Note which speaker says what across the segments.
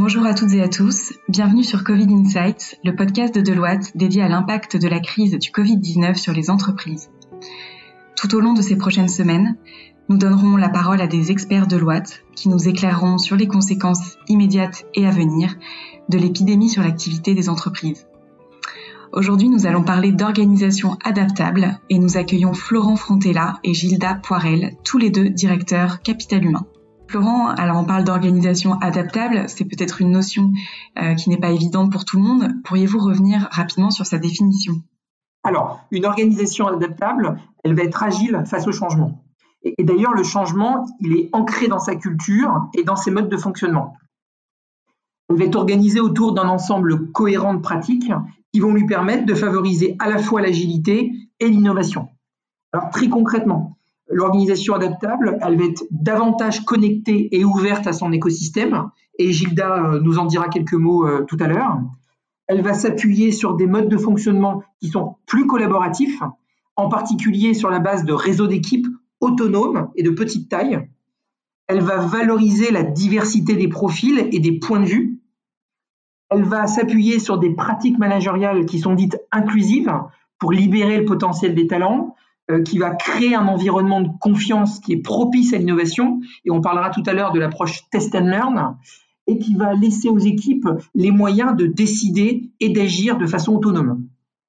Speaker 1: Bonjour à toutes et à tous, bienvenue sur Covid Insights, le podcast de Deloitte dédié à l'impact de la crise du Covid-19 sur les entreprises. Tout au long de ces prochaines semaines, nous donnerons la parole à des experts Deloitte qui nous éclaireront sur les conséquences immédiates et à venir de l'épidémie sur l'activité des entreprises. Aujourd'hui, nous allons parler d'organisation adaptable et nous accueillons Florent Frontella et Gilda Poirel, tous les deux directeurs Capital Humain. Florent, alors on parle d'organisation adaptable, c'est peut-être une notion qui n'est pas évidente pour tout le monde. Pourriez-vous revenir rapidement sur sa définition ?
Speaker 2: Alors, une organisation adaptable, elle va être agile face au changement. Et d'ailleurs, le changement, il est ancré dans sa culture et dans ses modes de fonctionnement. Elle va être organisée autour d'un ensemble cohérent de pratiques qui vont lui permettre de favoriser à la fois l'agilité et l'innovation. Alors, très concrètement, l'organisation adaptable, elle va être davantage connectée et ouverte à son écosystème, et Gilda nous en dira quelques mots tout à l'heure. Elle va s'appuyer sur des modes de fonctionnement qui sont plus collaboratifs, en particulier sur la base de réseaux d'équipes autonomes et de petite taille. Elle va valoriser la diversité des profils et des points de vue. Elle va s'appuyer sur des pratiques managériales qui sont dites inclusives pour libérer le potentiel des talents, qui va créer un environnement de confiance qui est propice à l'innovation, et on parlera tout à l'heure de l'approche test and learn, et qui va laisser aux équipes les moyens de décider et d'agir de façon autonome.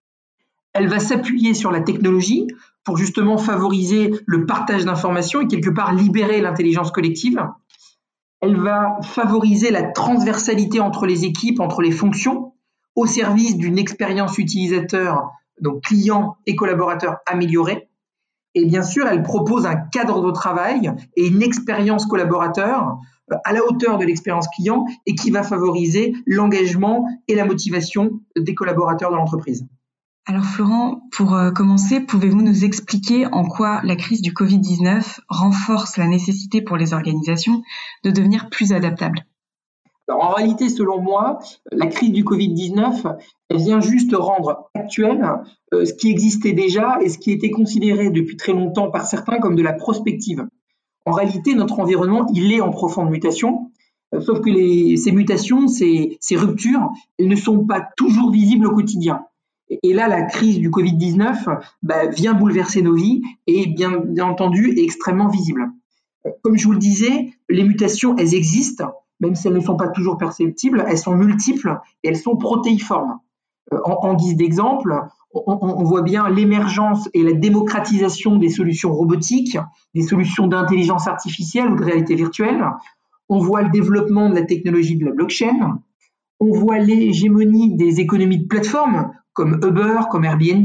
Speaker 2: Elle va s'appuyer sur la technologie pour justement favoriser le partage d'informations et quelque part libérer l'intelligence collective. Elle va favoriser la transversalité entre les équipes, entre les fonctions, au service d'une expérience utilisateur, donc client et collaborateur améliorée. Et bien sûr, elle propose un cadre de travail et une expérience collaborateur à la hauteur de l'expérience client et qui va favoriser l'engagement et la motivation des collaborateurs de l'entreprise.
Speaker 1: Alors Florent, pour commencer, pouvez-vous nous expliquer en quoi la crise du Covid-19 renforce la nécessité pour les organisations de devenir plus adaptables ?
Speaker 2: Alors, en réalité, selon moi, la crise du Covid-19, elle vient juste rendre actuel ce qui existait déjà et ce qui était considéré depuis très longtemps par certains comme de la prospective. En réalité, notre environnement, il est en profonde mutation, sauf que ces mutations, ces ruptures, elles ne sont pas toujours visibles au quotidien. Et là, la crise du Covid-19 vient bouleverser nos vies et bien entendu est extrêmement visible. Comme je vous le disais, les mutations, elles existent, même si elles ne sont pas toujours perceptibles, elles sont multiples et elles sont protéiformes. En guise d'exemple, on voit bien l'émergence et la démocratisation des solutions robotiques, des solutions d'intelligence artificielle ou de réalité virtuelle. On voit le développement de la technologie de la blockchain. On voit l'hégémonie des économies de plateforme comme Uber, comme Airbnb.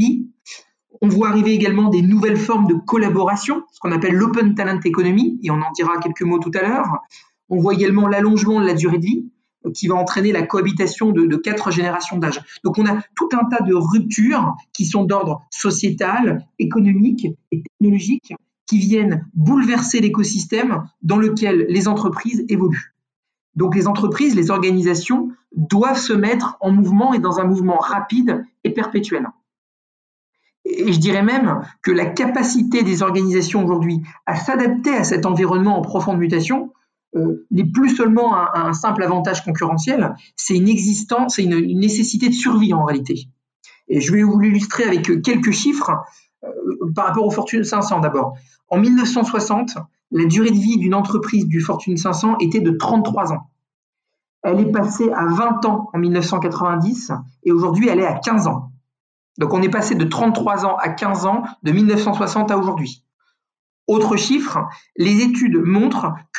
Speaker 2: On voit arriver également des nouvelles formes de collaboration, ce qu'on appelle l'open talent economy, et on en dira quelques mots tout à l'heure. On voit également l'allongement de la durée de vie, qui va entraîner la cohabitation de 4 générations d'âge. Donc on a tout un tas de ruptures qui sont d'ordre sociétal, économique et technologique, qui viennent bouleverser l'écosystème dans lequel les entreprises évoluent. Donc les entreprises, les organisations doivent se mettre en mouvement et dans un mouvement rapide et perpétuel. Et je dirais même que la capacité des organisations aujourd'hui à s'adapter à cet environnement en profonde mutation n'est plus seulement un simple avantage concurrentiel, c'est une nécessité de survie en réalité. Et je vais vous l'illustrer avec quelques chiffres par rapport au Fortune 500 d'abord. En 1960, la durée de vie d'une entreprise du Fortune 500 était de 33 ans. Elle est passée à 20 ans en 1990 et aujourd'hui elle est à 15 ans. Donc on est passé de 33 ans à 15 ans de 1960 à aujourd'hui. Autre chiffre, les études montrent que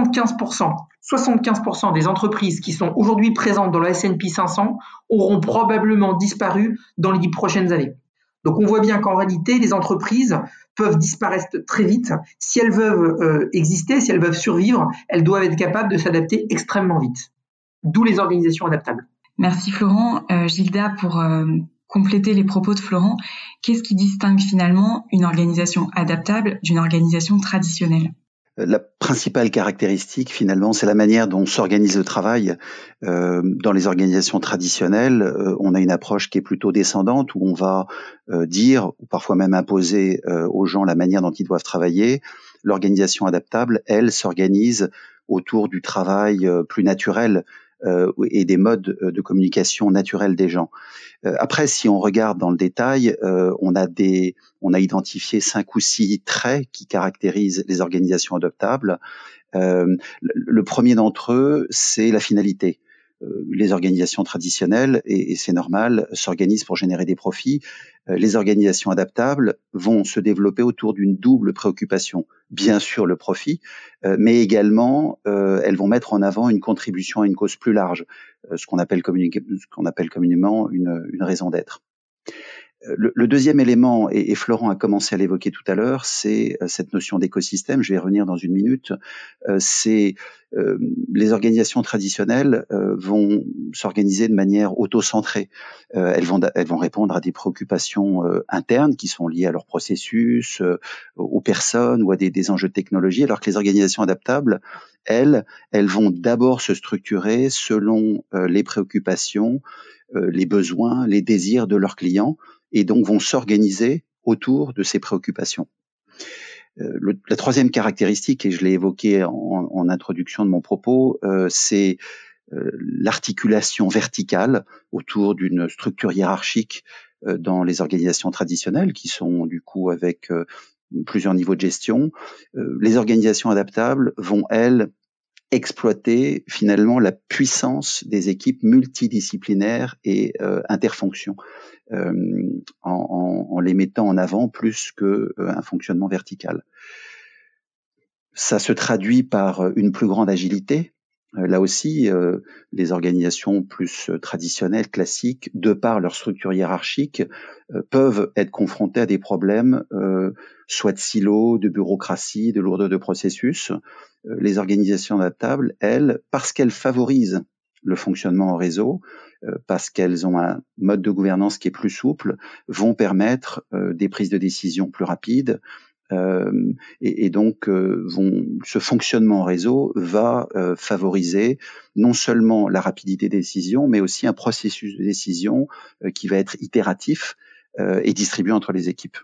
Speaker 2: 75% des entreprises qui sont aujourd'hui présentes dans le S&P 500 auront probablement disparu dans les 10 prochaines années. Donc on voit bien qu'en réalité, les entreprises peuvent disparaître très vite. Si elles veulent exister, si elles veulent survivre, elles doivent être capables de s'adapter extrêmement vite. D'où les organisations adaptables.
Speaker 1: Merci Florent. Gilda, pour compléter les propos de Florent, qu'est-ce qui distingue finalement une organisation adaptable d'une organisation traditionnelle ?
Speaker 3: La principale caractéristique, finalement, c'est la manière dont s'organise le travail. Dans les organisations traditionnelles, on a une approche qui est plutôt descendante, où on va dire, ou parfois même imposer aux gens la manière dont ils doivent travailler. L'organisation adaptable, elle, s'organise autour du travail plus naturel, et des modes de communication naturels des gens. Après, si on regarde dans le détail, on a identifié 5 ou 6 traits qui caractérisent les organisations adaptables. Le premier d'entre eux, c'est la finalité. Les organisations traditionnelles, et c'est normal, s'organisent pour générer des profits. Les organisations adaptables vont se développer autour d'une double préoccupation. Bien sûr le profit, mais également elles vont mettre en avant une contribution à une cause plus large, ce qu'on appelle communément une raison d'être. Le deuxième élément, et Florent a commencé à l'évoquer tout à l'heure, c'est cette notion d'écosystème. Je vais y revenir dans une minute. Les organisations traditionnelles vont s'organiser de manière auto-centrée. Elles vont répondre à des préoccupations internes qui sont liées à leur processus, aux personnes ou à des enjeux de technologie, alors que les organisations adaptables, elles vont d'abord se structurer selon les préoccupations, les besoins, les désirs de leurs clients, et donc vont s'organiser autour de ces préoccupations. La troisième caractéristique, et je l'ai évoqué en introduction de mon propos, c'est l'articulation verticale autour d'une structure hiérarchique dans les organisations traditionnelles, qui sont du coup avec plusieurs niveaux de gestion. Les organisations adaptables vont, elles, exploiter finalement la puissance des équipes multidisciplinaires et interfonctions, en les mettant en avant plus qu'un fonctionnement vertical. Ça se traduit par une plus grande agilité. Là aussi, les organisations plus traditionnelles, classiques, de par leur structure hiérarchique, peuvent être confrontées à des problèmes, soit de silos, de bureaucratie, de lourdeur de processus. Les organisations adaptables, elles, parce qu'elles favorisent le fonctionnement en réseau, parce qu'elles ont un mode de gouvernance qui est plus souple, vont permettre des prises de décision plus rapides, et donc ce fonctionnement en réseau va favoriser non seulement la rapidité des décisions, mais aussi un processus de décision qui va être itératif et distribué entre les équipes.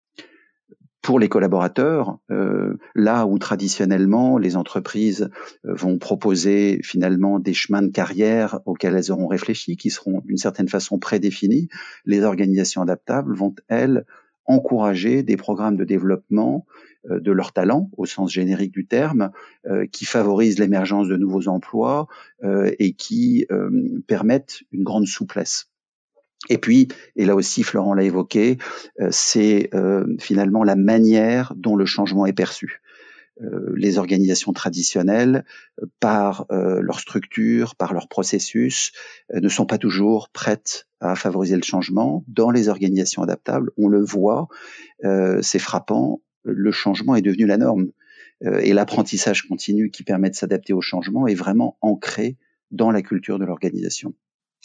Speaker 3: Pour les collaborateurs, là où traditionnellement les entreprises vont proposer finalement des chemins de carrière auxquels elles auront réfléchi, qui seront d'une certaine façon prédéfinis, les organisations adaptables vont, elles, encourager des programmes de développement de leurs talents, au sens générique du terme, qui favorisent l'émergence de nouveaux emplois et qui permettent une grande souplesse. Et puis, et là aussi Florent l'a évoqué, c'est finalement la manière dont le changement est perçu. Les organisations traditionnelles, par leur structure, par leur processus, ne sont pas toujours prêtes à favoriser le changement. Dans les organisations adaptables, on le voit, c'est frappant, le changement est devenu la norme. Et l'apprentissage continu qui permet de s'adapter au changement est vraiment ancré dans la culture de l'organisation.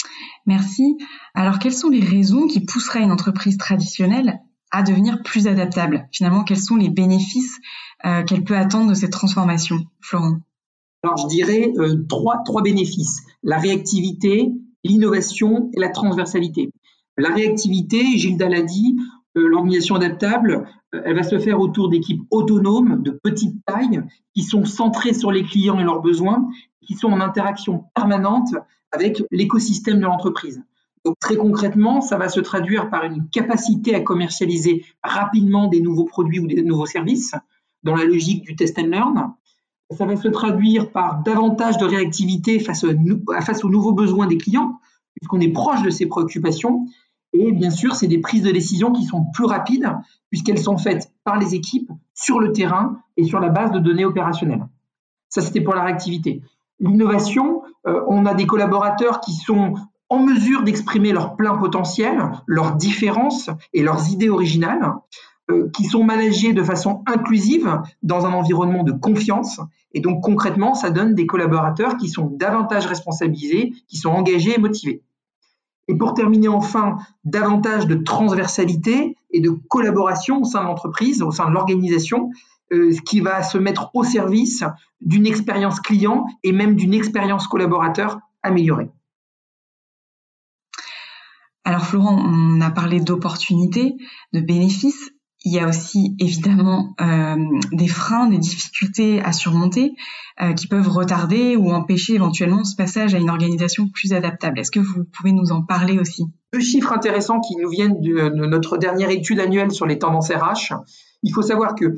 Speaker 1: Merci. Alors, quelles sont les raisons qui pousseraient une entreprise traditionnelle à devenir plus adaptable? Finalement, quels sont les bénéfices qu'elle peut attendre de cette transformation, Florent?
Speaker 2: Alors, je dirais trois bénéfices. La réactivité, l'innovation et la transversalité. La réactivité, Gilda l'a dit, l'organisation adaptable, elle va se faire autour d'équipes autonomes de petite taille qui sont centrées sur les clients et leurs besoins, qui sont en interaction permanente avec l'écosystème de l'entreprise. Donc très concrètement, ça va se traduire par une capacité à commercialiser rapidement des nouveaux produits ou des nouveaux services dans la logique du test and learn. Ça va se traduire par davantage de réactivité face aux nouveaux besoins des clients, puisqu'on est proche de ces préoccupations. Et bien sûr, c'est des prises de décision qui sont plus rapides, puisqu'elles sont faites par les équipes sur le terrain et sur la base de données opérationnelles. Ça, c'était pour la réactivité. L'innovation, on a des collaborateurs qui sont en mesure d'exprimer leur plein potentiel, leurs différences et leurs idées originales, qui sont managés de façon inclusive dans un environnement de confiance. Et donc concrètement, ça donne des collaborateurs qui sont davantage responsabilisés, qui sont engagés et motivés. Et pour terminer enfin, davantage de transversalité et de collaboration au sein de l'entreprise, au sein de l'organisation, ce qui va se mettre au service d'une expérience client et même d'une expérience collaborateur améliorée.
Speaker 1: Alors Florent, on a parlé d'opportunités, de bénéfices. il y a aussi évidemment des freins, des difficultés à surmonter qui peuvent retarder ou empêcher éventuellement ce passage à une organisation plus adaptable. Est-ce que vous pouvez nous en parler aussi ?
Speaker 2: 2 chiffres intéressants qui nous viennent de notre dernière étude annuelle sur les tendances RH. Il faut savoir que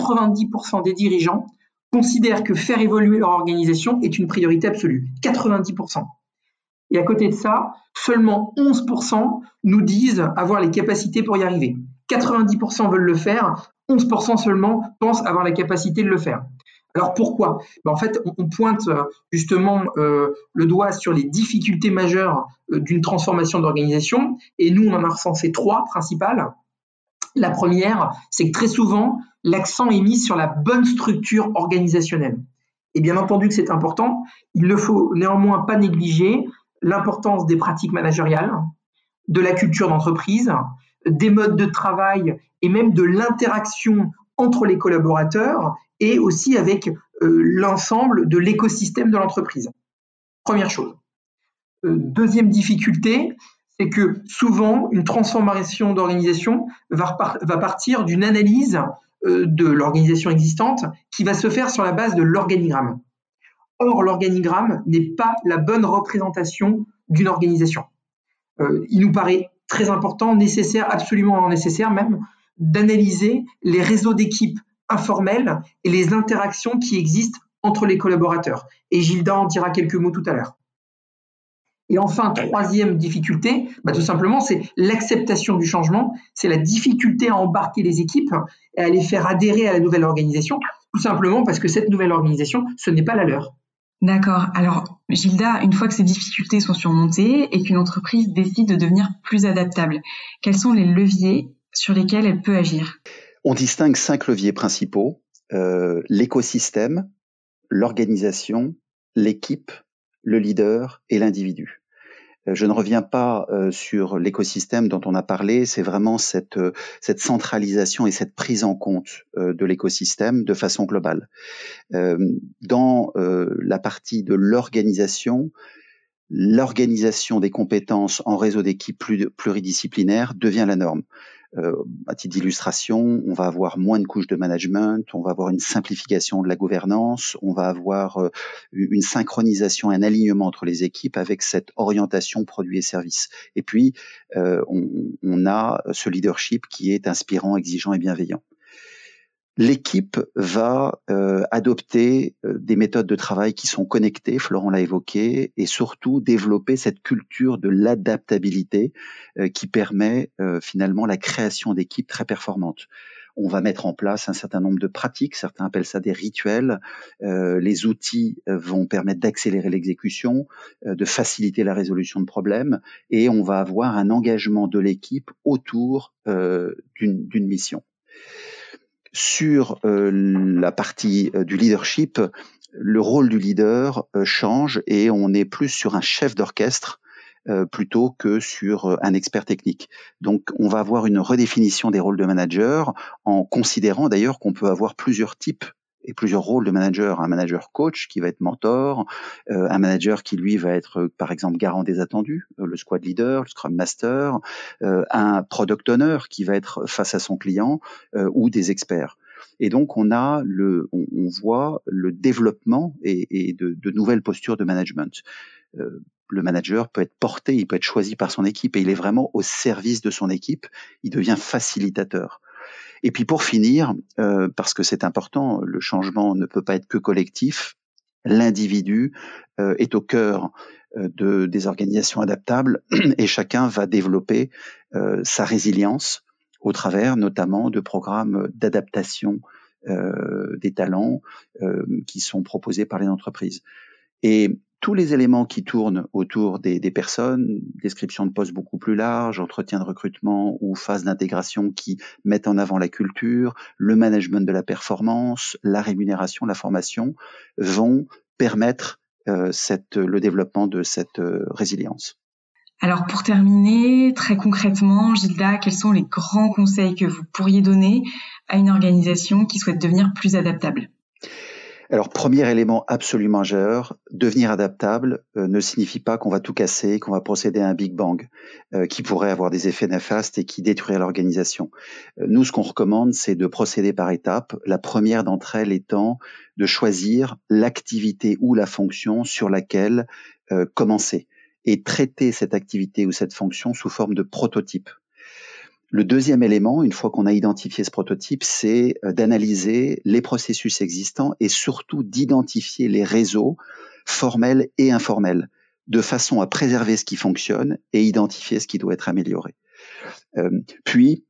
Speaker 2: 90% des dirigeants considèrent que faire évoluer leur organisation est une priorité absolue. 90%. Et à côté de ça, seulement 11% nous disent avoir les capacités pour y arriver. 90% veulent le faire, 11% seulement pensent avoir la capacité de le faire. Alors pourquoi ? En fait, on pointe justement le doigt sur les difficultés majeures d'une transformation d'organisation, et nous, on en a recensé 3 principales. La première, c'est que très souvent, l'accent est mis sur la bonne structure organisationnelle. Et bien entendu que c'est important, il ne faut néanmoins pas négliger l'importance des pratiques managériales, de la culture d'entreprise, des modes de travail et même de l'interaction entre les collaborateurs et aussi avec l'ensemble de l'écosystème de l'entreprise. Première chose. Deuxième difficulté, c'est que souvent, une transformation d'organisation va partir d'une analyse de l'organisation existante qui va se faire sur la base de l'organigramme. Or, l'organigramme n'est pas la bonne représentation d'une organisation. Il nous paraît très important, nécessaire, absolument nécessaire même, d'analyser les réseaux d'équipes informels et les interactions qui existent entre les collaborateurs. Et Gilda en dira quelques mots tout à l'heure. Et enfin, troisième difficulté, tout simplement, c'est l'acceptation du changement, c'est la difficulté à embarquer les équipes et à les faire adhérer à la nouvelle organisation, tout simplement parce que cette nouvelle organisation, ce n'est pas la leur.
Speaker 1: D'accord. Alors, Gilda, une fois que ces difficultés sont surmontées et qu'une entreprise décide de devenir plus adaptable, quels sont les leviers sur lesquels elle peut agir ?
Speaker 3: On distingue 5 leviers principaux, l'écosystème, l'organisation, l'équipe, le leader et l'individu. Je ne reviens pas sur l'écosystème dont on a parlé, c'est vraiment cette centralisation et cette prise en compte de l'écosystème de façon globale. Dans la partie de l'organisation des compétences en réseau d'équipes pluridisciplinaires devient la norme. À titre d'illustration, on va avoir moins de couches de management, on va avoir une simplification de la gouvernance, on va avoir une synchronisation, un alignement entre les équipes avec cette orientation produits et services. Et puis, on a ce leadership qui est inspirant, exigeant et bienveillant. L'équipe va adopter des méthodes de travail qui sont connectées, Florent l'a évoqué, et surtout développer cette culture de l'adaptabilité qui permet finalement la création d'équipes très performantes. On va mettre en place un certain nombre de pratiques, certains appellent ça des rituels. Les outils vont permettre d'accélérer l'exécution, de faciliter la résolution de problèmes, et on va avoir un engagement de l'équipe autour d'une mission. Sur la partie du leadership, le rôle du leader change et on est plus sur un chef d'orchestre plutôt que sur un expert technique. Donc, on va avoir une redéfinition des rôles de manager en considérant d'ailleurs qu'on peut avoir plusieurs types et plusieurs rôles de manager. Un manager coach qui va être mentor, un manager qui lui va être par exemple garant des attendus, le squad leader, le scrum master, un product owner qui va être face à son client ou des experts. Et donc on voit le développement et de nouvelles postures de management. Le manager peut être porté, il peut être choisi par son équipe et il est vraiment au service de son équipe, il devient facilitateur. Et puis pour finir, parce que c'est important, le changement ne peut pas être que collectif, l'individu est au cœur des organisations adaptables et chacun va développer sa résilience au travers notamment de programmes d'adaptation des talents qui sont proposés par les entreprises. Et tous les éléments qui tournent autour des personnes, description de postes beaucoup plus large, entretien de recrutement ou phase d'intégration qui mettent en avant la culture, le management de la performance, la rémunération, la formation, vont permettre le développement de cette résilience.
Speaker 1: Alors pour terminer, très concrètement, Gilda, quels sont les grands conseils que vous pourriez donner à une organisation qui souhaite devenir plus adaptable ?
Speaker 3: Alors, premier élément absolument majeur, devenir adaptable ne signifie pas qu'on va tout casser, qu'on va procéder à un Big Bang qui pourrait avoir des effets néfastes et qui détruirait l'organisation. Nous, ce qu'on recommande, c'est de procéder par étapes. La première d'entre elles étant de choisir l'activité ou la fonction sur laquelle commencer et traiter cette activité ou cette fonction sous forme de prototype. Le deuxième élément, une fois qu'on a identifié ce prototype, c'est d'analyser les processus existants et surtout d'identifier les réseaux formels et informels, de façon à préserver ce qui fonctionne et identifier ce qui doit être amélioré. Puis,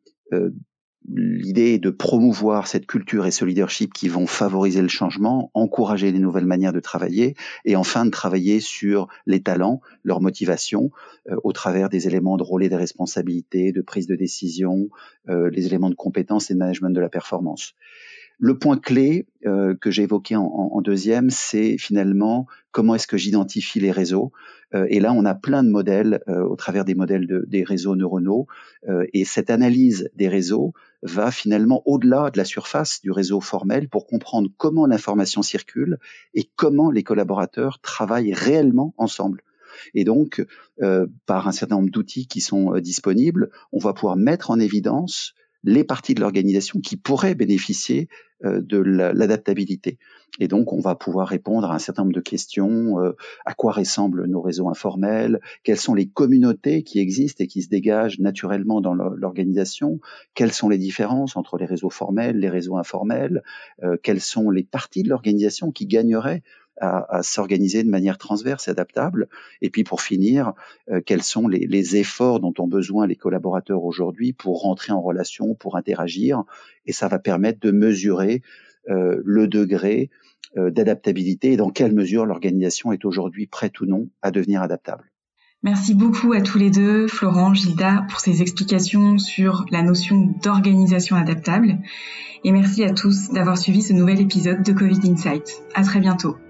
Speaker 3: l'idée est de promouvoir cette culture et ce leadership qui vont favoriser le changement, encourager les nouvelles manières de travailler et enfin de travailler sur les talents, leur motivation au travers des éléments de rôle et des responsabilités, de prise de décision, les éléments de compétences et de management de la performance. Le point clé que j'ai évoqué en deuxième, c'est finalement comment est-ce que j'identifie les réseaux. Et là, on a plein de modèles au travers des modèles des réseaux neuronaux. Et cette analyse des réseaux va finalement au-delà de la surface du réseau formel pour comprendre comment l'information circule et comment les collaborateurs travaillent réellement ensemble. Et donc, par un certain nombre d'outils qui sont disponibles, on va pouvoir mettre en évidence les parties de l'organisation qui pourraient bénéficier de l'adaptabilité. Et donc, on va pouvoir répondre à un certain nombre de questions. À quoi ressemblent nos réseaux informels? Quelles sont les communautés qui existent et qui se dégagent naturellement dans l'organisation? Quelles sont les différences entre les réseaux formels, les réseaux informels? Quelles sont les parties de l'organisation qui gagneraient à s'organiser de manière transverse et adaptable? Et puis pour finir, quels sont les efforts dont ont besoin les collaborateurs aujourd'hui pour rentrer en relation, pour interagir? Et ça va permettre de mesurer le degré d'adaptabilité et dans quelle mesure l'organisation est aujourd'hui prête ou non à devenir adaptable.
Speaker 1: Merci beaucoup à tous les deux, Florent, Gilda, pour ces explications sur la notion d'organisation adaptable. Et merci à tous d'avoir suivi ce nouvel épisode de Covid Insights. À très bientôt.